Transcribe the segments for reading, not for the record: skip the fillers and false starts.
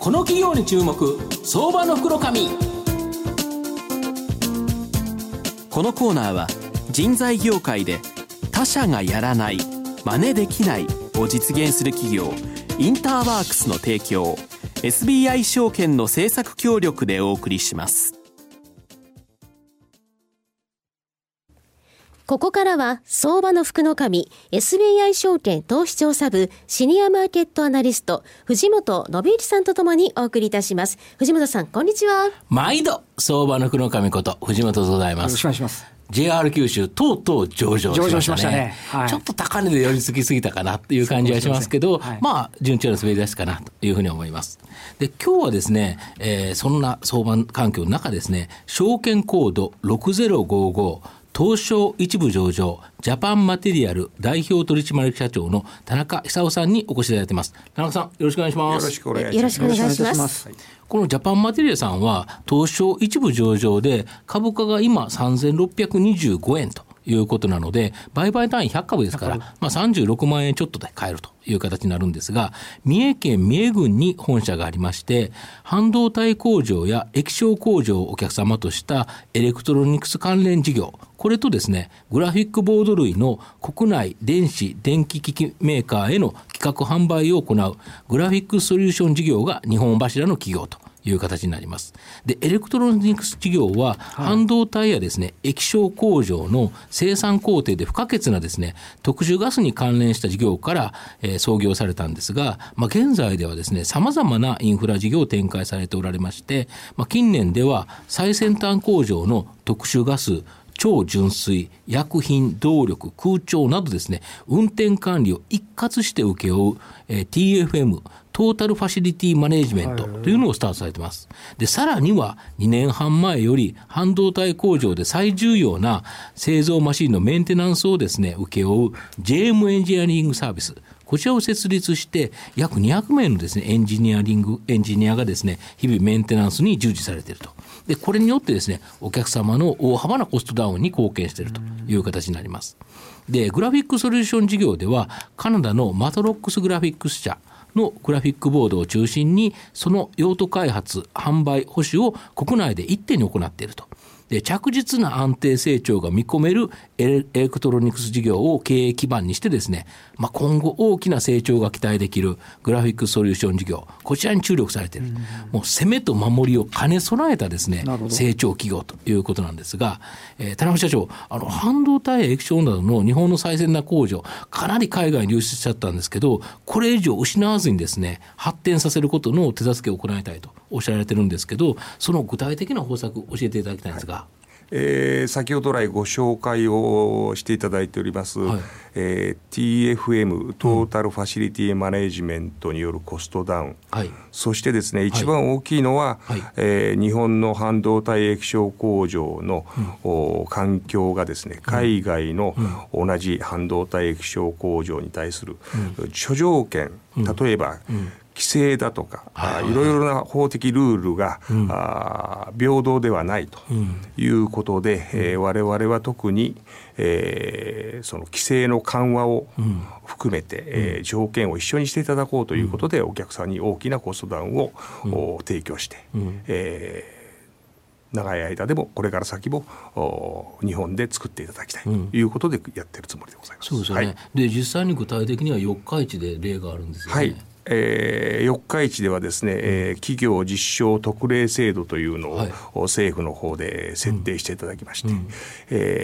この企業に注目、相場の福の神。このコーナーは人材業界で他社がやらない、真似できないを実現する企業インターワークスの提供、 SBI 証券の政策協力でお送りします。 ここからは相場の福の神 SBI 証券投資調査部シニアマーケットアナリスト藤本信之さんとともにお送りいたします。藤本さん、こんにちは。 毎度相場の福の神こと藤本でございます。 よろしくお願いします。 JR 九州とうとう上場しましたね。 はい、 ちょっと高値で寄り付きすぎたかなっていう感じはしますけど、 はい、 まあ順調な滑り出しかなというふうに思います。で、今日はですね、そんな相場環境の中ですね、証券コード6055東証一部上場ジャパンマテリアル代表取締役社長の田中久夫さんにお越しいただいています。田中さん、よろしくお願いします。 よろしくお願いします。 このジャパンマテリアルさんは東証一部上場で株価が今3625円ということなので、売買単位100株ですから、36万円ちょっとで買えるという形になるんですが、三重県三重郡に本社がありまして、半導体工場や液晶工場をお客様としたエレクトロニクス関連事業、これとですね、グラフィックボード類の国内電子電気機器メーカーへの企画販売を行うグラフィックソリューション事業が2本柱の企業という形になります。で、エレクトロニクス事業は半導体やですね、液晶工場の生産工程で不可欠なですね、特殊ガスに関連した事業から、創業されたんですが、現在ではですね、様々なインフラ事業を展開されておられまして、近年では最先端工場の特殊ガス、超純水、薬品、動力、空調などですね、運転管理を一括して請け負う、TFM、トータルファシリティマネージメントというのをスタートされています。で、さらには2年半前より半導体工場で最重要な製造マシンのメンテナンスをですね、請け負う JM エンジニアリングサービス、こちらを設立して約200名のですね、エンジニアがですね、日々メンテナンスに従事されていると。で、これによってですね、お客様の大幅なコストダウンに貢献しているという形になります。で、グラフィックソリューション事業ではカナダのマトロックスグラフィックス社のグラフィックボードを中心にその用途開発、販売、保守を国内で一手に行っていると。で、着実な安定成長が見込めるエレクトロニクス事業を経営基盤にしてですね、今後大きな成長が期待できるグラフィックソリューション事業、こちらに注力されている、もう攻めと守りを兼ね備えたですね、成長企業ということなんですが、田中社長、半導体や液晶などの日本の最先端工場、かなり海外に流出しちゃったんですけど、これ以上失わずにですね、発展させることの手助けを行いたいとおっしゃられてるんですけど、その具体的な方策を教えていただきたいんですが。 先ほど来ご紹介をしていただいております、TFM トータルファシリティマネージメントによるコストダウン、そしてですね、一番大きいのは、日本の半導体液晶工場の、環境がですね、海外の同じ半導体液晶工場に対する諸条件、例えば、規制だとか、いろいろな法的ルールが、平等ではないということで、我々は特に、その規制の緩和を含めて、条件を一緒にしていただこうということで、お客さんに大きなコストダウンを、提供して、長い間でもこれから先も日本で作っていただきたいということでやっているつもりでございます。 そうですよね。で、実際に具体的には四日市で例があるんですよね。 四日市ではですね、企業実証特例制度というのを、政府の方で設定していただきまして、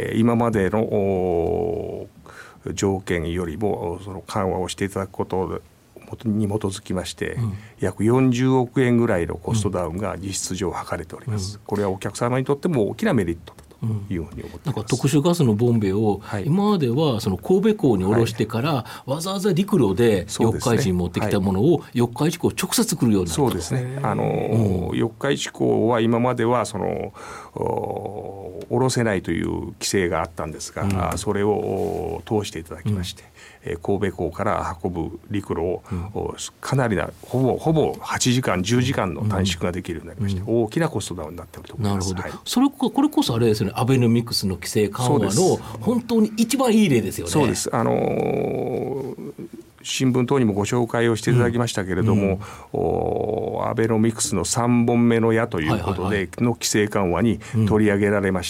今までの条件よりもその緩和をしていただくことに基づきまして、約40億円ぐらいのコストダウンが実質上図れております。これはお客様にとっても大きなメリットだというふうに思っています。 なんか特殊ガスのボンベを、今まではその神戸港に下ろしてから、わざわざ陸路で四日市に持ってきたものを四日市港直接来るようになると。 そうですね。四日市港は今まではその下ろせないという規制があったんですが、それを通していただきまして、神戸港から運ぶ陸路を、かなりなほぼ8時間10時間の短縮ができるようになりまして、大きなコストダウンになっていると思います。 なるほど。これこそあれですよね、アベノミクスの規制緩和の本当に一番いい例ですよね。 そうです。 新聞等にもご紹介をしていただきましたけれども、アベノミクスの3本目の矢ということでの規制緩和に取り上げられまして、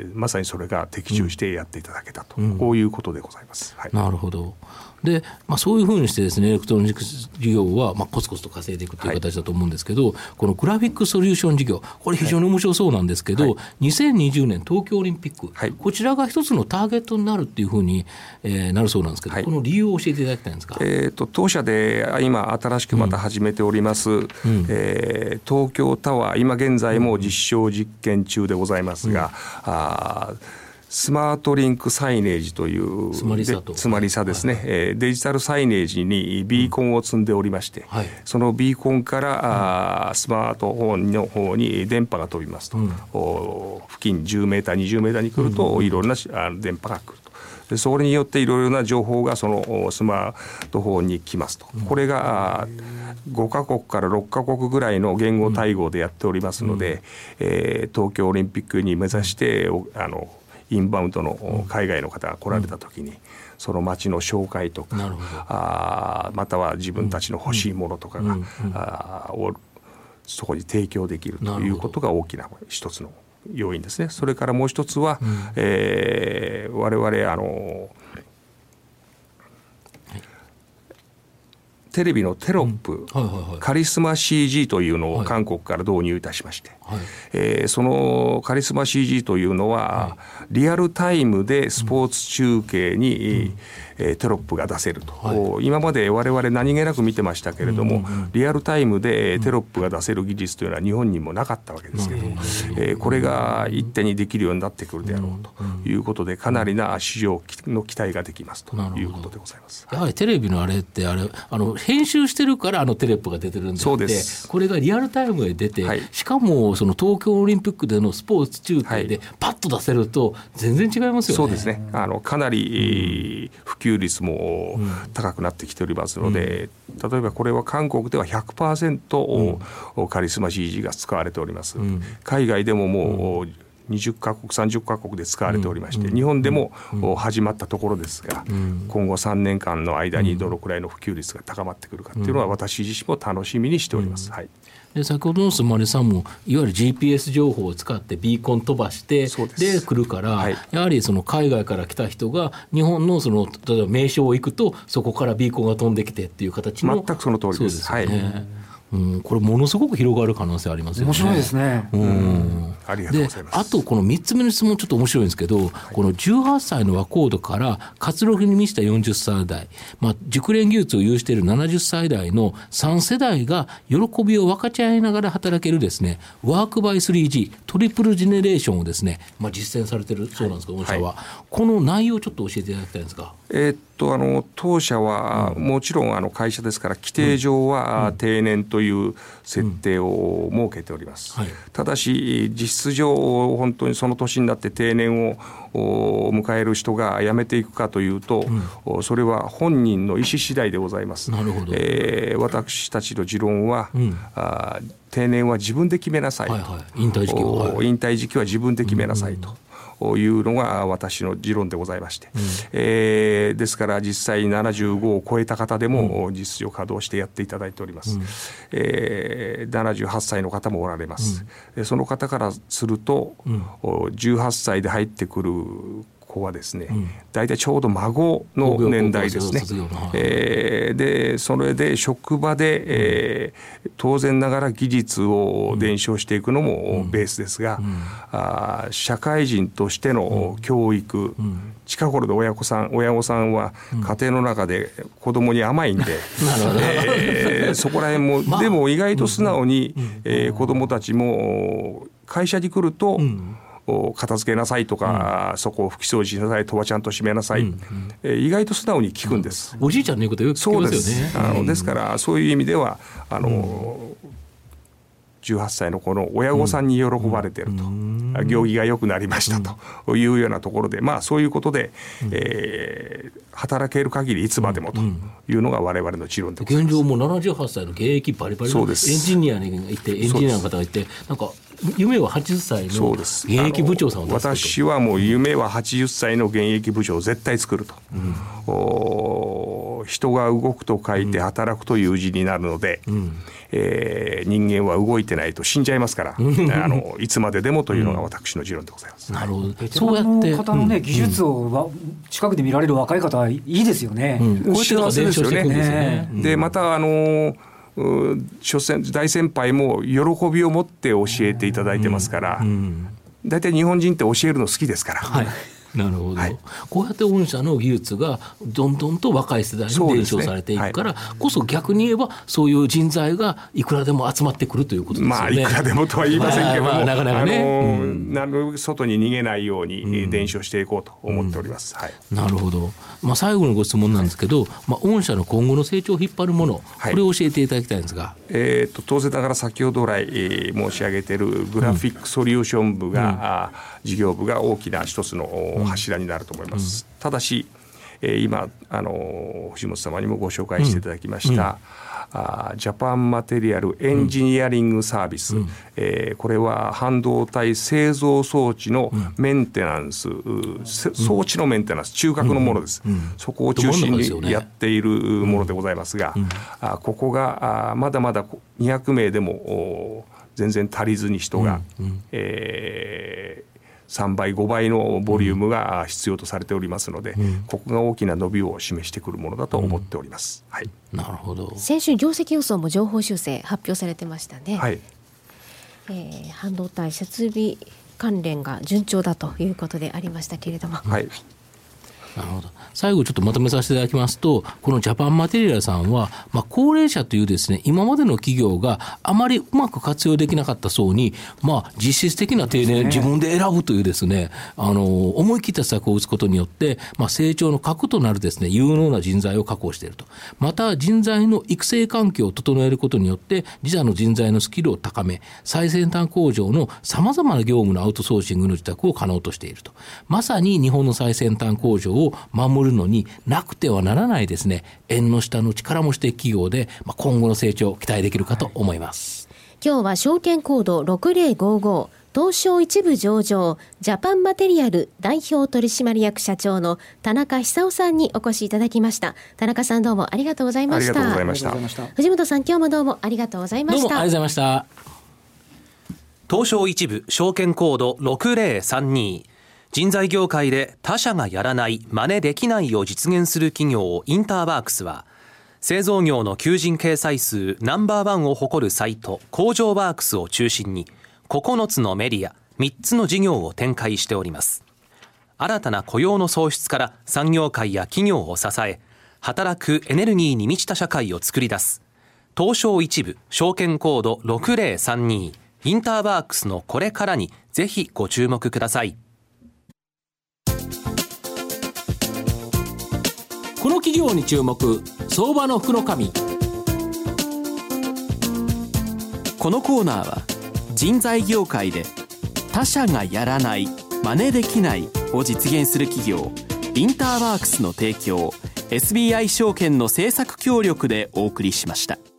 まさにそれが的中してやっていただけたと、こういうことでございます。はい、 なるほど。でそういうふうにしてですね、エレクトロニクス事業はコツコツと稼いでいくという形だと思うんですけど、このグラフィックソリューション事業、これ非常に面白そうなんですけど、2020年東京オリンピック、こちらが一つのターゲットになるっていうふうに、なるそうなんですけど、この理由を教えていただきたいんですか。 当社で今新しくまた始めております、東京タワー、今現在も実証実験中でございますが、スマートリンクサイネージというスマリサですね、デジタルサイネージにビーコンを積んでおりまして、そのビーコンからスマートフォンの方に電波が飛びますと、付近10メーター20メーターに来るといろいろな電波が来ると。でそれによっていろいろな情報がそのスマートフォンに来ますと。これが5カ国から6カ国ぐらいの言語対応でやっておりますので、東京オリンピックに目指してインバウンドの海外の方が来られた時に、その街の紹介とか、または自分たちの欲しいものとかが、をそこに提供できるということが大きな一つの要因ですね。それからもう一つは、我々テレビのテロップ、カリスマ CG というのを韓国から導入いたしまして、そのカリスマ CG というのは、リアルタイムでスポーツ中継に、テロップが出せると、今まで我々何気なく見てましたけれども、リアルタイムでテロップが出せる技術というのは日本にもなかったわけですけど、これが一手にできるようになってくるであろうということで、かなりな市場の期待ができますということでございます。 やはりテレビのあれって編集してるからテレップが出てるんであって、 そうです。 これがリアルタイムで出て、しかもその東京オリンピックでのスポーツ中継でパッと出せると全然違いますよね。 そうですね。かなり普及率も高くなってきておりますので、例えばこれは韓国では 100% カリスマ CG が使われております。海外でももう20カ国30カ国で使われておりまして、日本でも始まったところですが、今後3年間の間にどのくらいの普及率が高まってくるかっていうのは、私自身も楽しみにしております。 で先ほどのスマリさんもいわゆる GPS 情報を使ってビーコン飛ばしてで来るから、やはりその海外から来た人が日本の例えば名所を行くと、そこからビーコンが飛んできてっていう形の。 全くその通りです。 そうですよね。これものすごく広がる可能性ありますよね。 面白いですね。 ありがとうございます。 あとこの3つ目の質問ちょっと面白いんですけど、この18歳の若人から活力に満ちた40歳代、熟練技術を有している70歳代の3世代が喜びを分かち合いながら働けるですね、ワークバイ 3G トリプルジェネレーションをですね、実践されているそうなんですが、御社はこの内容をちょっと教えていただきたいんですか。 当社はもちろん会社ですから、規定上は定年という設定を設けております。ただし実質上本当にその年になって定年を迎える人が辞めていくかというと、それは本人の意思次第でございます。 なるほど。 私たちの持論は、定年は自分で決めなさいと、 引退時期は自分で決めなさいというのが私の持論でございまして、ですから実際75を超えた方でも実情稼働してやっていただいております。78歳の方もおられます。その方からすると、18歳で入ってくる子はですね、大体ちょうど孫の年代ですね。でそれで職場で、当然ながら技術を伝承していくのもベースですが、社会人としての教育、近頃で親御さんは家庭の中で子供に甘いんで、そこら辺も、でも意外と素直に、子供たちも会社に来ると、片付けなさいとか、そこを拭き掃除しなさい、戸はちゃんと閉めなさい、意外と素直に聞くんです。 おじいちゃんの言うことよく聞きますよね。 ですからそういう意味では18歳の子の親御さんに喜ばれていると、行儀が良くなりましたというようなところで、そういうことで、働ける限りいつまでもというのが我々の持論でございます。 現状も78歳の現役バリバリのエンジニアにいて、エンジニアの方がいて、なんか夢は80歳の現役部長さんを出すと。 私はもう夢は80歳の現役部長を絶対作ると、人が動くと書いて働くという字になるので、人間は動いてないと死んじゃいますからいつまででもというのが私の持論でございます。 なるほど。 ベテランの方の、技術を近くで見られる若い方はいいですよね。 こうやって伝承していくんですよね。 でまた大先輩も喜びを持って教えていただいてますから、大体日本人って教えるの好きですから、 はい、なるほど、こうやって御社の技術がどんどんと若い世代に伝承されていくからこそ、逆に言えばそういう人材がいくらでも集まってくるということですよね。 いくらでもとは言いませんけども、 なかなかね、 外に逃げないように伝承していこうと思っております。 なるほど。最後のご質問なんですけど、御社の今後の成長を引っ張るもの、これを教えていただきたいんですが、 当然ながら先ほど来、申し上げているグラフィックソリューション部が、事業部が大きな一つの柱になると思います。ただし、今藤本様にもご紹介していただきました、ジャパンマテリアルエンジニアリングサービス、これは半導体製造装置のメンテナンス、装置のメンテナンス、中核のものです。そこを中心にやっているものでございますが、ここがまだまだ200名でも全然足りずに人が、3倍5倍のボリュームが必要とされておりますので、ここが大きな伸びを示してくるものだと思っております。 なるほど。 先週業績予想も情報修正発表されてましたね。半導体設備関連が順調だということでありましたけれども、 なるほど。最後ちょっとまとめさせていただきますと、このジャパンマテリアルさんは、高齢者というですね、今までの企業があまりうまく活用できなかった層に、実質的な定年、自分で選ぶというですね、思い切った施策を打つことによって、成長の核となるですね、有能な人材を確保していると。また人材の育成環境を整えることによって、自社の人材のスキルを高め、最先端工場の様々な業務のアウトソーシングの受託を可能としていると。まさに日本の最先端工場を守るのになくてはならないですね、縁の下の力持ち的企業で、今後の成長を期待できるかと思います。 今日は証券コード6055東証一部上場ジャパンマテリアル代表取締役社長の田中久夫さんにお越しいただきました。田中さん、どうもありがとうございました。 ありがとうございました。 藤本さん、今日もどうもありがとうございました。 どうもありがとうございました。 東証一部証券コード6032、人材業界で他社がやらない真似できないを実現する企業インターワークスは、製造業の求人掲載数ナンバーワンを誇るサイト工場ワークスを中心に9つのメディア3つの事業を展開しております。新たな雇用の創出から産業界や企業を支え、働くエネルギーに満ちた社会を作り出す東証一部証券コード6032インターワークスのこれからにぜひご注目ください。 この企業に注目、相場の福の神。 このコーナーは人材業界で他社がやらない真似できないを実現する企業インターワークスの提供、SBI 証券の政策協力でお送りしました。